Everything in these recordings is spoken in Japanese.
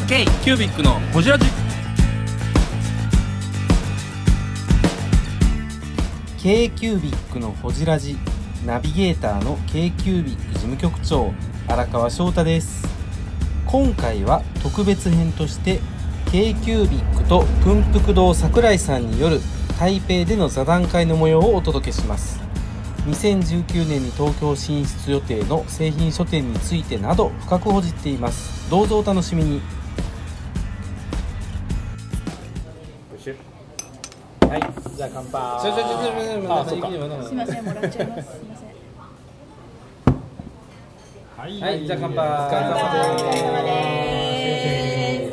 K キュービックのホジラジ。 K キュービックのホジラジ、ナビゲーターの K キュービック事務局長荒川翔太です。今回は特別編として K キュービックと文福堂桜井さんによる台北での座談会の模様をお届けします。2019年に東京進出予定の製品書店についてなど深く報じています。どうぞお楽しみに。 はい、じゃあ乾杯。 すすみません、もらっちゃいます。すみません。 はい、じゃあ乾杯。お疲れ様です。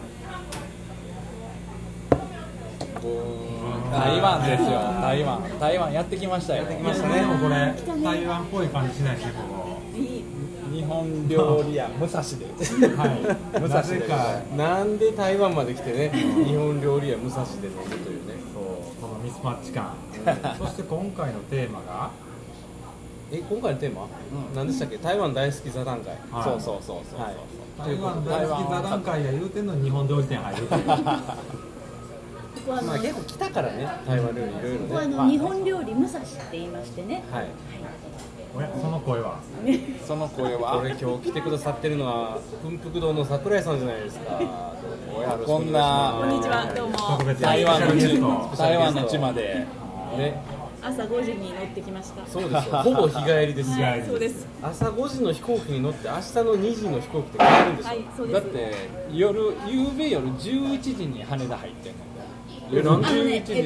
台湾ですよ。台湾やってきましたよ。やってきましたね。 でもこれ台湾っぽい感じしないですね、ここ。 日本料理屋武蔵で。 はい。 武蔵で。 なんで台湾まで来てね、日本料理屋武蔵で飲むというね。 このミスマッチ感。そして今回のテーマが、 今回のテーマ、何でしたっけ？台湾大好き座談会。 はいそう。 はい。 台湾大好き座談会や言うてんのに日本料理店入るっていう。 まあ結構来たからね、台湾料理いろいろここはね。 日本料理武蔵って言いましてね。 はい。 おや、その声は。 その声は。 これ今日来てくださってるのは文福堂の桜井さんじゃないですか。 こんなこんにちは、どうも。 特別台湾の地、 スペシャルゲスト台湾の地まで。 ね。 朝5時に乗ってきました。 そうですよ。ほぼ日帰りですよ。 はい、そうです。 朝5時の飛行機に乗って明日の2時の飛行機で帰るんですよ。 はい、そうです。 だって夕べ夜11時に羽田入ってんの。 なんで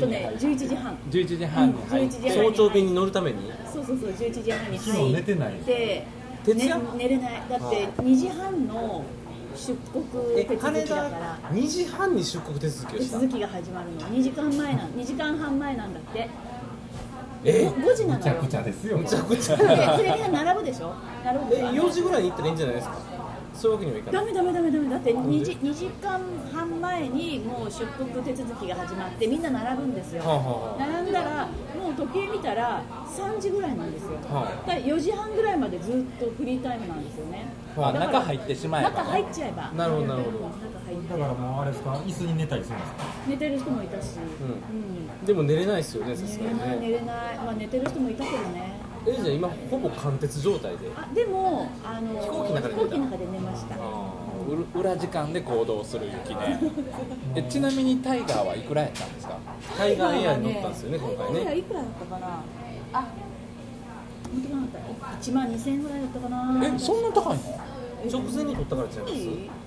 11時半。 11時半に入って。 早朝便に乗るために。 そう、11時半に昨日入っ寝てない。 て、 徹夜寝れない。だって2時半の出国手続きだから 2時半に出国手続きを手した。 続きが始まるの2時間半前なんだって。 え 5時なのよ。 むちゃくちゃですよ。 むちゃくちゃ。 それみんな並ぶでしょ。並ぶでしょ。 4時ぐらいに行ったらいいんじゃないですか。そういうわけにはいかない。 ダメだって2時間半前にもう出国手続きが始まってみんな並ぶんですよ。並んだらもう時計見たら3時ぐらいなんですよ。だから4時半ぐらいまでずっとフリータイムなんですよね。 中入ってしまえば。 中入っちゃえば。 なるほど。 中入ってだからもうあれですか、椅子に寝たりするんですか。 寝てる人もいたし、 でも寝れないですよね、さすがにね。 寝れない。まあ寝てる人もいたけどね。 じゃあ今ほぼ貫徹状態で。 でも飛行機の中で寝ました。 裏時間で行動する雪ね。ちなみにタイガーはいくらやったんですか？ タイガーエアに乗ったんですよね、今回タイガーエアね。 いくらだったかな。本当かなかった。1万2000円ぐらいだったかな。 そんな高いの？ 直前に取ったからちゃいます。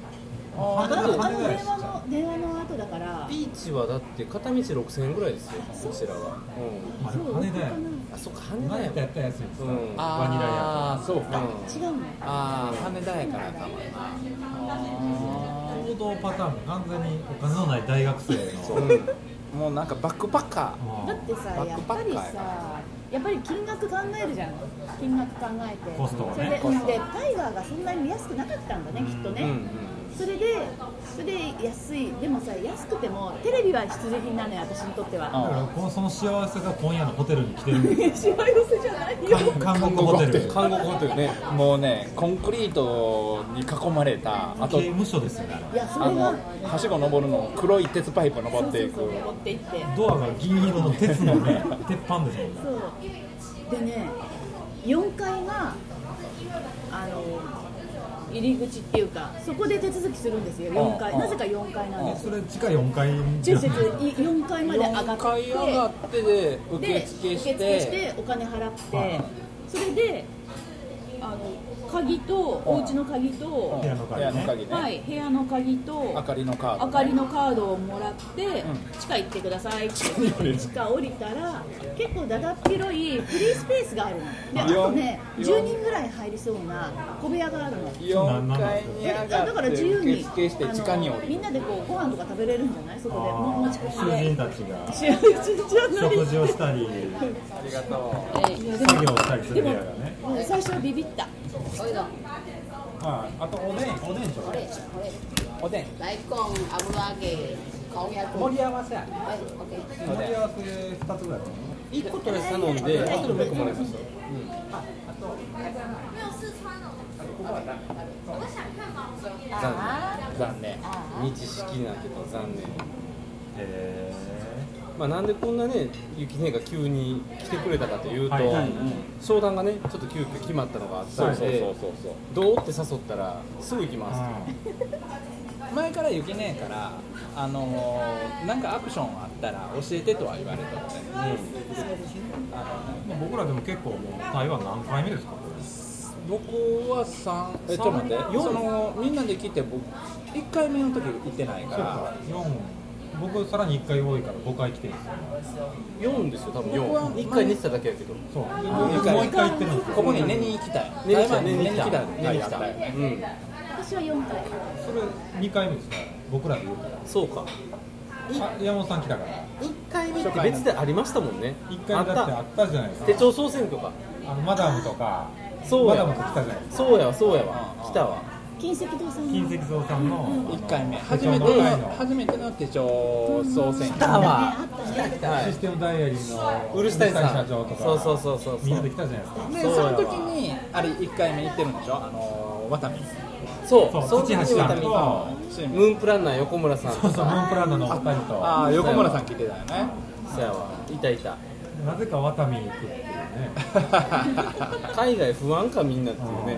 電話の後だからビーチはだって片道6000円ぐらいですよ、こちらは。 あ、でも羽田や。 あ、そっか、羽田前ややったやつですか。 うんバニラや。 ああ、そうか。 違うの。 羽田やからかもな。 行動パターンも完全にお金のない大学生の。 もうなんかバックパッカだってさ、 バックパッカーややっぱり金額考えるじゃん。金額考えてコストをねそれでタイガーがそんなに安くなかったんだね、きっとね。それで安い。でもさ、安くてもテレビは必需品なのよ、私にとっては。 だからその幸せが今夜のホテルに来てるんですよ。 幸せじゃないよ。 韓国ホテル。 韓国ホテルね。 もうね、コンクリートに囲まれた、あと刑務所ですよね。 いや、それがはしご登るの黒い鉄パイプ登っていく。 そう登っていって。 ドアが銀色の鉄のね、鉄板ですもんね。 そうでね、4階が入り口っていうか、そこで手続きするんですよ。4階、なぜか4階なんです。 それ地下4階直接4階まで上がって 4階上がってで受付してお金払って、それで鍵とお家の鍵と部屋の部屋の鍵ね、 はい、部屋の鍵と明かりのカード、 明かりのカードをもらって、地下行ってくださいって言って地下降りたら結構だだっ広いフリースペースがあるので、あとね10人ぐらい入りそうな小部屋があるの。 4階に上がってだから自由に受付して地下に降りる。 みんなでこうご飯とか食べれるんじゃない？そこで持ち越し囚人でたちが囚人じゃない食事をしたりありがと作業をしたりする部屋がね。 もう最初はビビった。 あとおでんちょうだい。 う。おでん大根、油揚げ、顔焼盛り合わせやね。 盛り合わせ2つぐらい。 1個とりあえず頼んで、あとでもう1個もらいました。 残念。 日式なんていうのは残念。まあ、なんでこんなね雪姉が急に来てくれたかというと、商談がねちょっと急遽決まったのがあったので、どうって誘ったらすぐ行きますと。 前からゆきねえからなんかアクションあったら教えてとは言われてて、 僕らでも結構もう台湾何回目ですか？ 僕はちょっと待ってみんなで来て僕1回目の時行ってないから。 僕さらに1回多いから5回来てるんですよ。 4ですよ多分4。1回寝てただけやけど。 そう。もう1回行ってるんですよ。 ここに寝に行きたい。 寝に来た。 寝に来た。 私は4回。 それ2回目ですか？僕らで言うから。 そうか。 山本さん来たから。 1回目って別でありましたもんね。 1回目だってあったじゃないですか。 手帳総選挙か。 マダムとか。 そうや。 マダムと来たじゃないですか。 そうやわ。来たわ。 金石堂さんの 1回目初めての手帳総選挙。 来たわ。 システムダイアリーのウルシュタイン社長とか。そうみんなで来たじゃないですか。 でその時にあれ1回目行ってるんでしょ、ワタミ。 そう土橋さんとムーンプランナー横村さん。 そうムーンプランナーのお二人と。 横村さん来てたよね。 そうやわ。いた。 なぜかワタミ行くっていうね。 海外不安かみんなっていうね。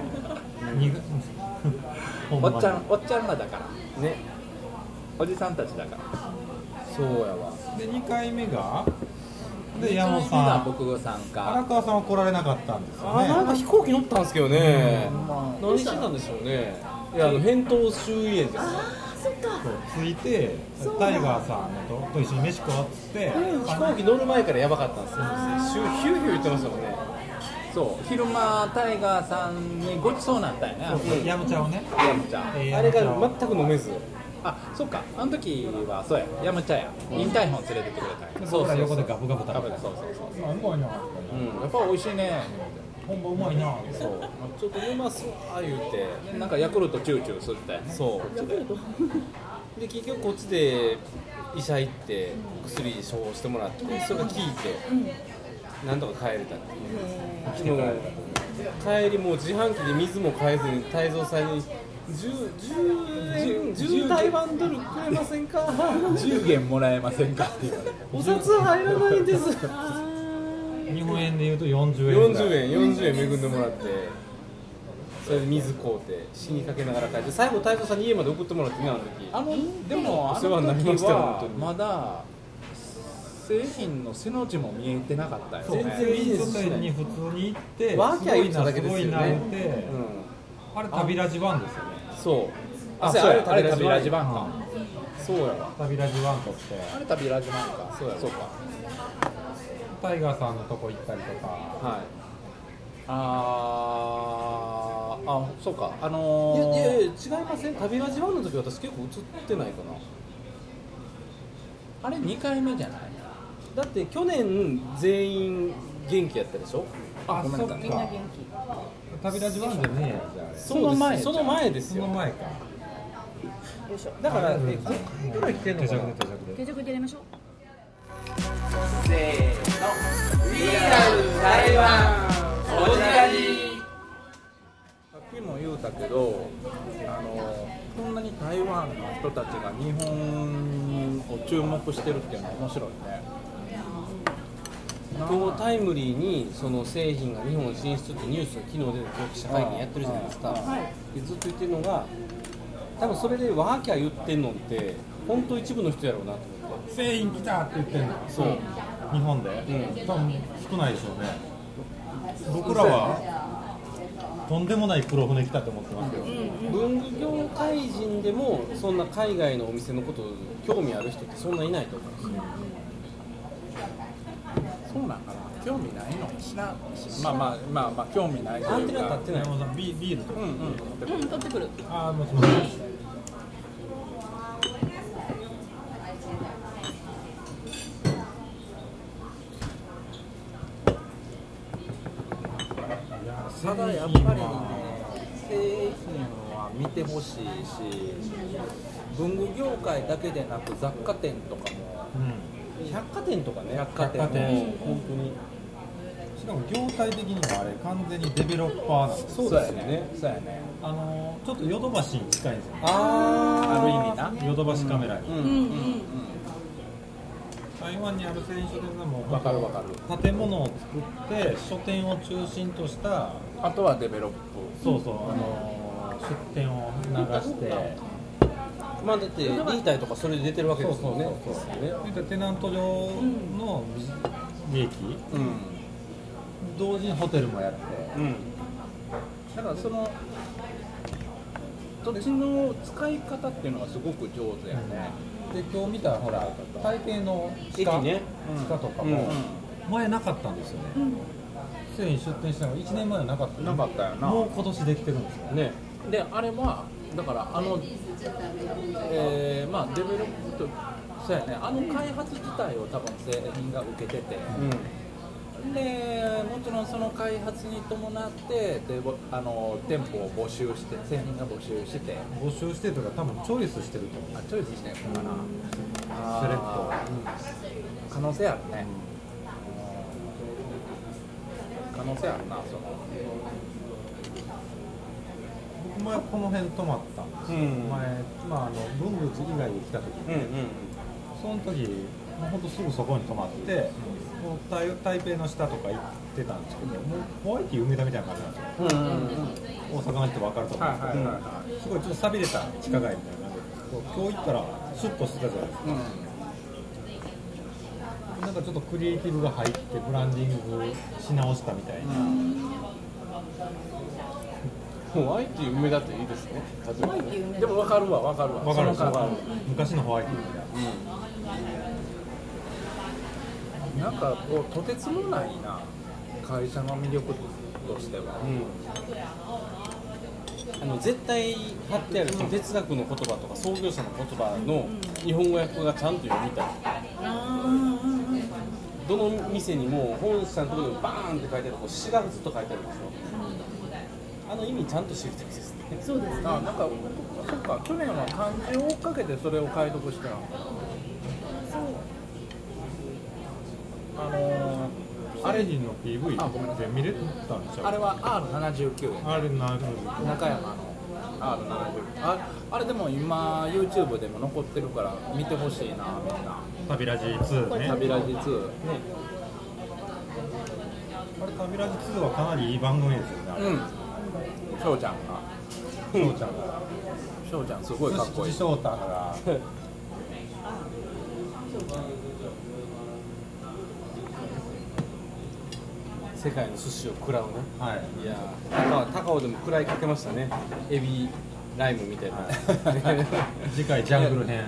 おっちゃんらだからね。 おじさんたちだから。 そうやわ。 で2回目がで山本さん、 僕参加。 荒川さんは来られなかったんですよね。 なんか飛行機乗ったんですけどね。何してたんでしょうね。いや返答終焉です。 そっか。 着いてタイガーさんと一緒に飯食おうっつって、 飛行機乗る前からやばかったんですよ。ヒューヒュー言ってましたもんね。 そう昼間タイガーさんにごちそうになったよね。 ヤムチャをね。 ヤムチャ。 あれが全く飲めず。 そっか。あの時はそうや。ヤムチャや。インタイホン連れてってくれたんや。 僕ら横でガブガブ食べて。 そう。 うまいな。 やっぱ美味しいね。 本場うまいな。 そう。ちょっとうまそう言うて。 なんかヤクルトチューチュー吸ったよね。 そう。ヤクルト。で結局こっちで医者行って薬処方してもらってそれが効いてなんとか帰れたっていう。でも帰りもう自販機で水も買えずに泰造さんに10台湾ドルくれませんか 10元もらえませんかって言われてお札入らないんです日本円で言うと40 円恵んでもらってそれで水買うて死にかけながら帰って最後泰造さんに家まで送ってもらってねあの時でもお世話になりましたよまだ製品の背の字も見えてなかったよね。 全然ビジネスに普通に行ってワーキャー言っただけですよね。 あれ旅ラジワンですよね。 そう。 あれ旅ラジワンか。 そうやわ。 旅ラジワンとしてあれ旅ラジワンか。そうか。 タイガーさんのとこ行ったりとか。 はい。 そうか。 いや違いません。旅ラジワンの時私結構映ってないかな。 あれ2回目じゃない？ だって去年全員元気やったでしょ。 あ、そっか。 みんな元気。 旅ラジワンじゃねえやじゃあ。 その前ですよ。 その前か。 よいしょ。 だから5回ぐらい来てんのかな。 継続でやりましょう。 せーの。リアル台湾おじらじ。さっきも言うたけど、こんなに台湾の人たちが日本を注目してるっていうのは面白いね。 今日タイムリーにその製品が日本進出ってニュースが昨日出て記者会見やってるじゃないですか。でずっと言ってるのが多分それでワーキャー言ってんのって本当一部の人やろうなと思って。 製品来たって言ってんの。 そう。 日本で。多分少ないでしょうね。僕らはとんでもない黒船来たと思ってますよ。 文具業界人でもそんな海外のお店のこと興味ある人ってそんないないと思うんですよ。 そうなんかな。興味ないの？まあ興味ないというか。 アンテナ立ってない。 ビールとか。 取ってくる。 もうすみません。 ただやっぱりね、製品は見てほしいし、文具業界だけでなく雑貨店とかも、 百貨店とかね。 百貨店本当にしかも業態的にもあれ完全にデベロッパーなんですよ。 そうですよね。そうやね。 ちょっとヨドバシに近いんですよね。 ある意味な。 ヨドバシカメラに、台湾にある製品書店がもうわかるわかる。 建物を作って書店を中心としたあとはデベロップ。 そうそう、出店を流してまあだってリータイとかそれで出てるわけですよね。 そうテナント上の利益、同時にホテルもやって、 だからその土地の使い方っていうのがすごく上手やね。 で今日見たほら台北の地下、地下とかも前なかったんですよね。すでに出店したのが1年前はなかったなかったよな。 もう今年できてるんですよね。であれはだからまあデベロップとそうやね、開発自体を多分製品が受けてて、でもちろんその開発に伴って店舗を募集して製品が募集してというか多分チョイスしてると思う。 チョイスしてるのかな、 セレクト、 可能性あるね、可能性あるな。 僕前この辺泊まったんですよ、前、文物以外で来た時に、その時もうほんとすぐそこに泊まって、もう台北の下とか行ってたんですけど、もうホワイト埋めたみたいな感じなんですよ、大阪の人分かると思うんですけど、すごいちょっと寂れた地下街みたいな感じで、今日行ったらシュッとしてたじゃないですか、なんかちょっとクリエイティブが入ってブランディングし直したみたいな、 ホワイト梅田っていいですね。 でも分かるわ。 昔のホワイトなんかこうとてつもないな会社の魅力としては、 絶対貼ってある哲学の言葉とか創業者の言葉の日本語訳がちゃんと読みたい。どの店にも本社のところにバーンって書いてある、詩がずっと書いてあるんですよ。意味ちゃんと知りたいですね。 そうですね。 なんかそっか、去年は漢字を追っかけてそれを解読してたの。 アレジンの PV で見れたんちゃう？ あれは R79 あれなる中山の R79 あれでも今 YouTube でも残ってるから見てほしいな、みんな。 旅ラジ2ね。 旅ラジ2ね。 あれ旅ラジ2はかなりいい番組ですよね。 翔ちゃんすごいかっこいい。 翔太が世界の寿司を食らうね。 はい。 いや高尾でも食らいかけましたね。エビライムみたいな。 次回ジャングル編。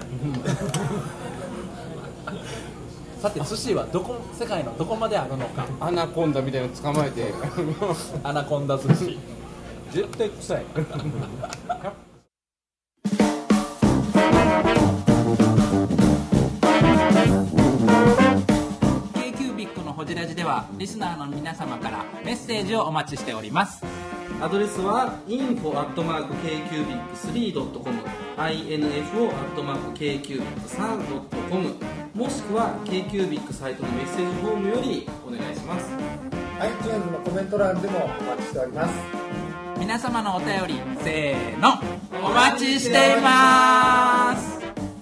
さて寿司は世界のどこまであるのか。 アナコンダみたいなの捕まえて。 アナコンダ寿司。 絶対臭い。 ホジラジではリスナーの皆様からメッセージをお待ちしております。 アドレスは info@kcubic3.com info@kcubic3.com もしくは KQBIC サイトのメッセージフォームよりお願いします。 iTunes のコメント欄でもお待ちしております。 皆様のお便りせーのお待ちしています。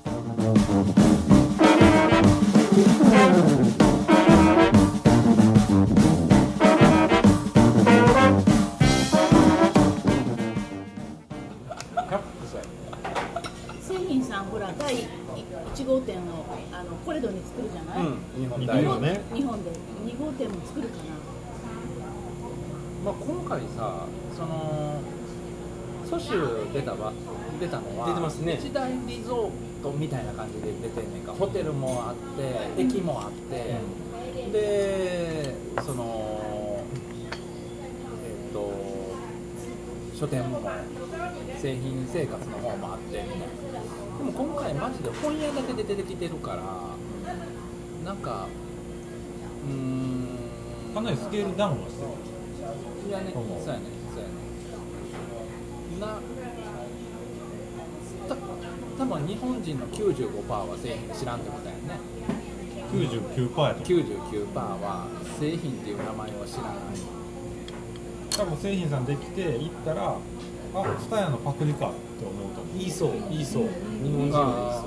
製品さんほら第1号店をコレドに作るじゃない、 日本大のね。 日本で2号店も作るかな。 今回さ、蘇州出たのは出てますね。 一大リゾートみたいな感じで出てんねんか。ホテルもあって駅もあって、で書店も製品生活の方もあってみたいな。でも今回マジで本屋だけで出てきてるからなんかかなりスケールダウンはしてる。 いやね、そうやね多分日本人の 95% は製品知らんってことやね。 99%やと思う。 99% は製品っていう名前を知らない。 多分製品さんできて行ったら、あ、ツタヤのパクリかって思うと思う。 言いそう言いそう日本人は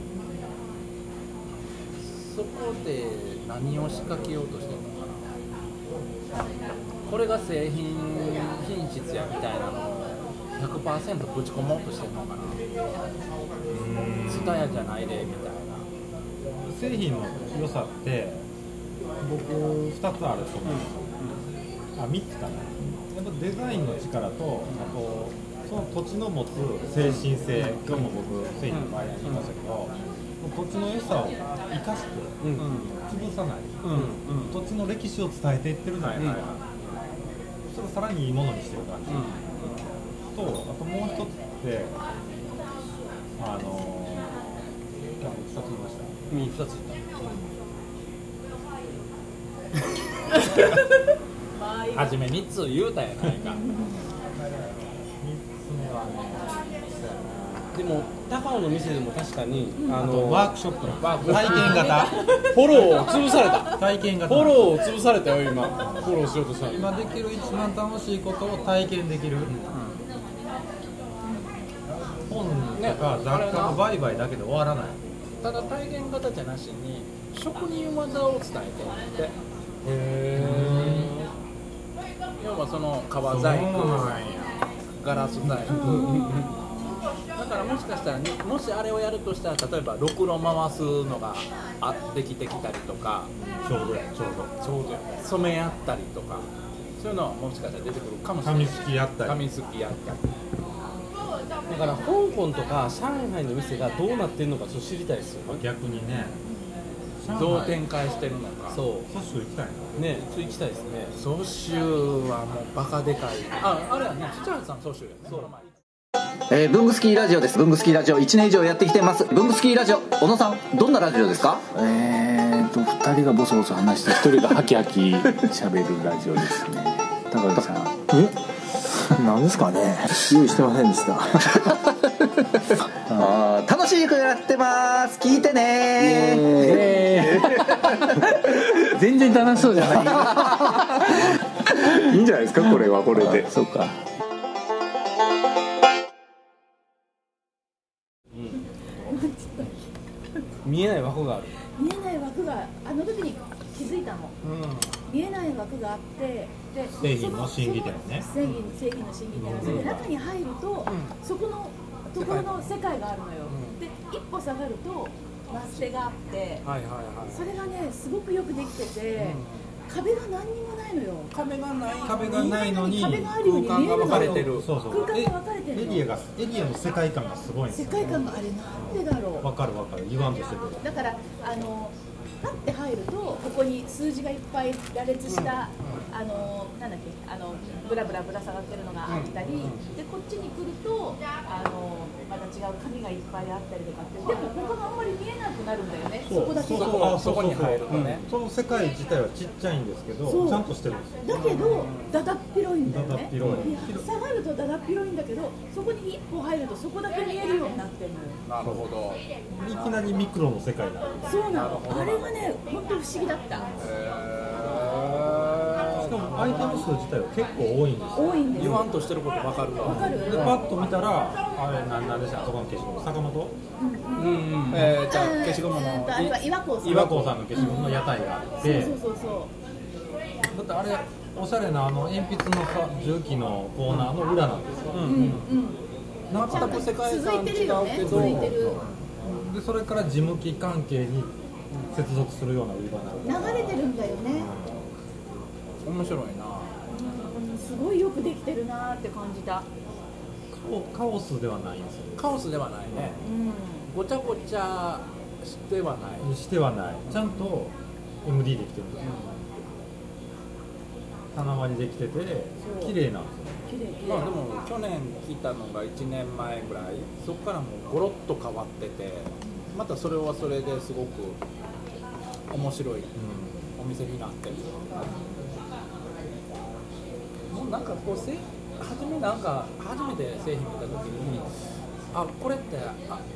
そこで何を仕掛けようとしてるのかな。これが製品品質やみたいなのを 100% ぶち込もうとしてるのかな。ツタヤじゃないでみたいな。 製品の良さって僕2つあると思うんですよ、あ、3つかな。やっぱデザインの力と、あとその土地の持つ精神性、今日も僕製品の前に言いましたけど、土地の良さを生かして、潰さない、土地の歴史を伝えていってるじゃないですか、それをさらにいいものにしてる感じ、と、あともう一つって2つ言いました。 2つ初め3つ言うたやないか。 3つ目はね、 でも高尾の店でも確かにワークショップのワーク体験型フォローを潰された体験型フォローを潰されたよ今フォローしようとしたら今できる一番楽しいことを体験できる、本とか雑貨の売買だけで終わらない。 ただ体験型じゃなしに職人技を伝えてって。要はその革細工、ガラス細工、だからもしかしたら、もしあれをやるとしたら、例えばろくろ回すのができてきたりとか、 ちょうど染め合ったりとか、そういうのはもしかしたら出てくるかもしれない。 紙すきやったり、 紙すきやったり。 だから香港とか上海の店がどうなってるのかちょっと知りたいですよね。 逆にね、 どう展開してるのか。 そう蘇州行きたいな。 ね、行きたいですね。 蘇州はもうバカでかい。あれはね、土屋さん蘇州やね。そうブングスキーラジオです。ブングスキーラジオ1年以上やってきてます。ブングスキーラジオ、小野さん、どんなラジオですか 2人がボソボソ話して1人がハキハキ喋るラジオですね。高木さん、何ですかね、用意してませんでした楽しくやってます。聞いてね全然楽しそうじゃないいいんじゃないですか、これはこれで。そうか。 見えない枠がある。 見えない枠があの時に気づいたの、見えない枠があって、で製品の審議点ね、 製品の審議点、それで中に入ると、そこのところの世界があるのよ、で一歩下がるとマステがあって、それがねすごくよくできてて、壁が何にもないのよ。 壁がないのに壁があるように見えるのよ。 空間が分かれてる。 空間が分かれてるの。 エリアの世界観がすごいんですよ。 世界観があれなんでだろう。 わかる言わんとしてる。 だからパッて入るとここに数字がいっぱい羅列した、なんだっけ、ブラブラぶら下がってるのがあったり、でこっちに来るとまた違う紙がいっぱいあったりとかって、でもここがあんまり見えなくなるんだよね。そこだけがそこに入るとね、 その世界自体はちっちゃいんですけど、ちゃんとしてるんですよ。 だけどだだっ広いんだよね。 だだっ広い。 下がるとだだっ広いんだけど、そこに一歩入るとそこだけ見えるようになってるのよ。 なるほど。 いきなりミクロの世界になる。 そうなの。あれがね本当不思議だった。 しかもアイテム数自体は結構多いんですよ。 多いんですよ。 言わんとしてること分かるわ。 わかる。 でパッと見たらあれなんでしたあそこの消しゴム坂本？ じゃあ消しゴムのあれは岩子さん。 岩子さんの消しゴムの屋台があって、 そうだってあれおしゃれな鉛筆の重機のコーナーの裏なんですよ。 全く世界観違うけど、 続いてる。 でそれから事務機関係に接続するような売り場になる。 流れてるんだよね。 面白いな。 すごいよくできてるなって感じた。 カオスではないんですよ。 カオスではないね。ごちゃごちゃしてはない。 してはない。ちゃんと MD できてるんですよ。棚割りできてて綺麗なんですよ。 まあでも去年来たのが1年前ぐらい、そこからもうゴロッと変わってて、またそれはそれですごく面白いお店になってる。もうなんかこう初めて製品見た時にこれって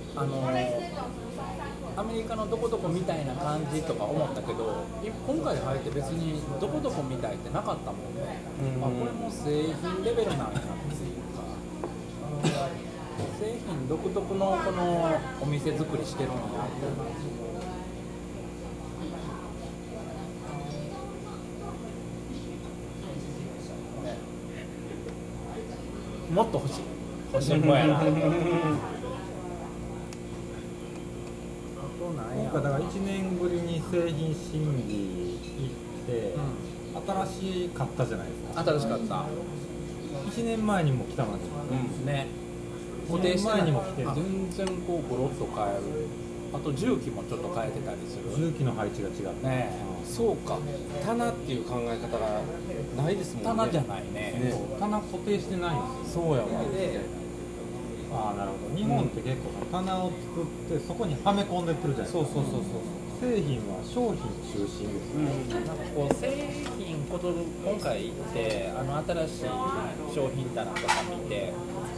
アメリカのどこどこみたいな感じとか思ったけど、今回入って別にどこどこみたいってなかったもんね。これも製品レベルなんやっていうか、製品独特のこのお店作りしてるんやって。もっと欲しいもんやな。 今回だから1年ぶりに製品審議行って、新しかったじゃないですか。 新しかった。 1年前にも来たのに、 ね、固定してない。 前にも来てる。 全然こうゴロッと変える。あと重機もちょっと変えてたりする。 重機の配置が違うね。 そうか、棚っていう考え方がないですもんね。 棚じゃないね。 棚固定してないんですよ。 そうやわ。 なるほど。日本って結構棚を作ってそこにはめ込んでってるじゃないですか。そう製品は商品中心ですよね。 なんかこう製品今回行って新しい商品棚とか見て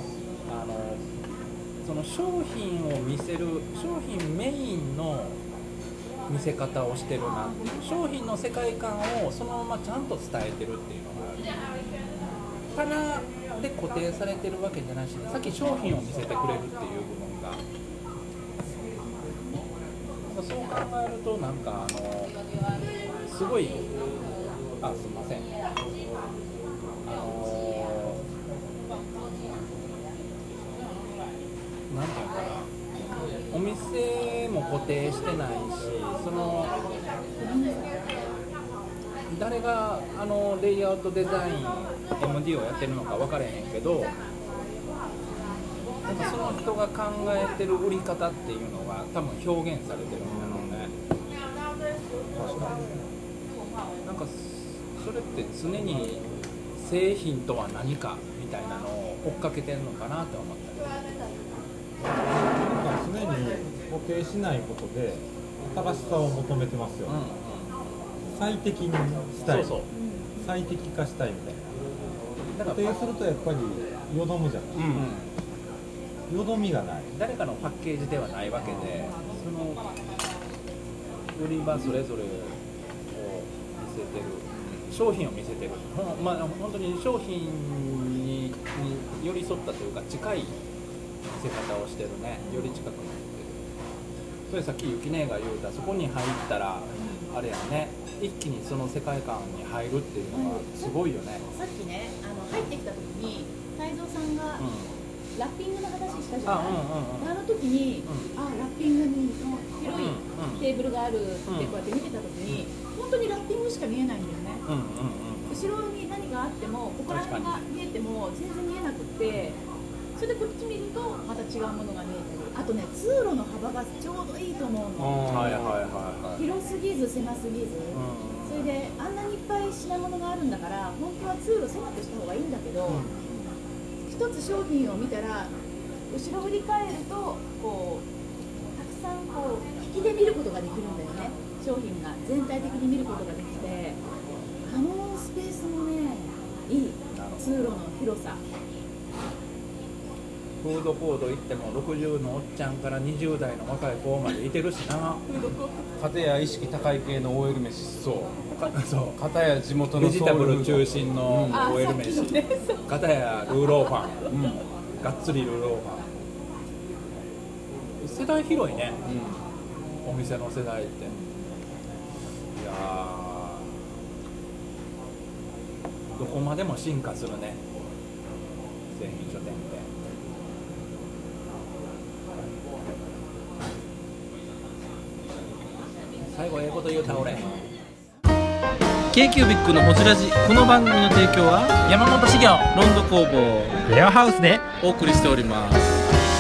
その商品を見せる商品メインの見せ方をしてるなっていう商品の世界観をそのままちゃんと伝えてるっていうのがある。棚で固定されてるわけじゃないし、さっき商品を見せてくれるっていう部分がそう考えるとなんかすごいすいませんなんていうかな、お店も固定してないし、誰がレイアウトデザイン MD をやってるのか分からへんけど、なんかその人が考えてる売り方っていうのが多分表現されてるんだろうね。なんかそれって常に製品とは何かみたいなのを追っかけてるのかなって思ったり。 常に固定しないことで新しさを求めてますよね。最適にしたい。最適化したいみたいな。固定するとやっぱりよどむじゃないですか。よどみがない。 誰かのパッケージではないわけで、その売り場それぞれを見せてる、商品を見せてる、本当に商品に寄り添ったというか近い見せ方をしてるね。より近くなってる。それさっきゆき姉が言うた、そこに入ったらあれやね、一気にその世界観に入るっていうのがすごいよね。 さっきね入ってきた時に泰造さんが、ラッピングの話したじゃない。あの時に、ラッピングに広いテーブルがあるってこうやって見てた時に、本当にラッピングしか見えないんだよね。後ろに何があってもここら辺が見えても全然見えなくって、それでこっち見るとまた違うものが見えたり、あとね通路の幅がちょうどいいと思うの。広すぎず狭すぎず、それであんなにいっぱい品物があるんだから本当は通路狭くした方がいいんだけど、一つ商品を見たら後ろ振り返るとこうたくさんこう引きで見ることができるんだよね。商品が全体的に見ることができて、スペースもねいい。通路の広さ。 フードコート行っても60のおっちゃんから20代の若い子までいてるしな。 片や意識高い系の OL 飯。 そう片や地元のベジタブル中心の OL 飯、片やルーローファン、がっつりルーローファン。世代広いね、お店の世代って。いやー、どこまでも進化するね、製品書店って。最後こと言うた俺。 K-Cubic のホジラジ、この番組の提供は山本修行ロンド工房レアハウスでお送りしております。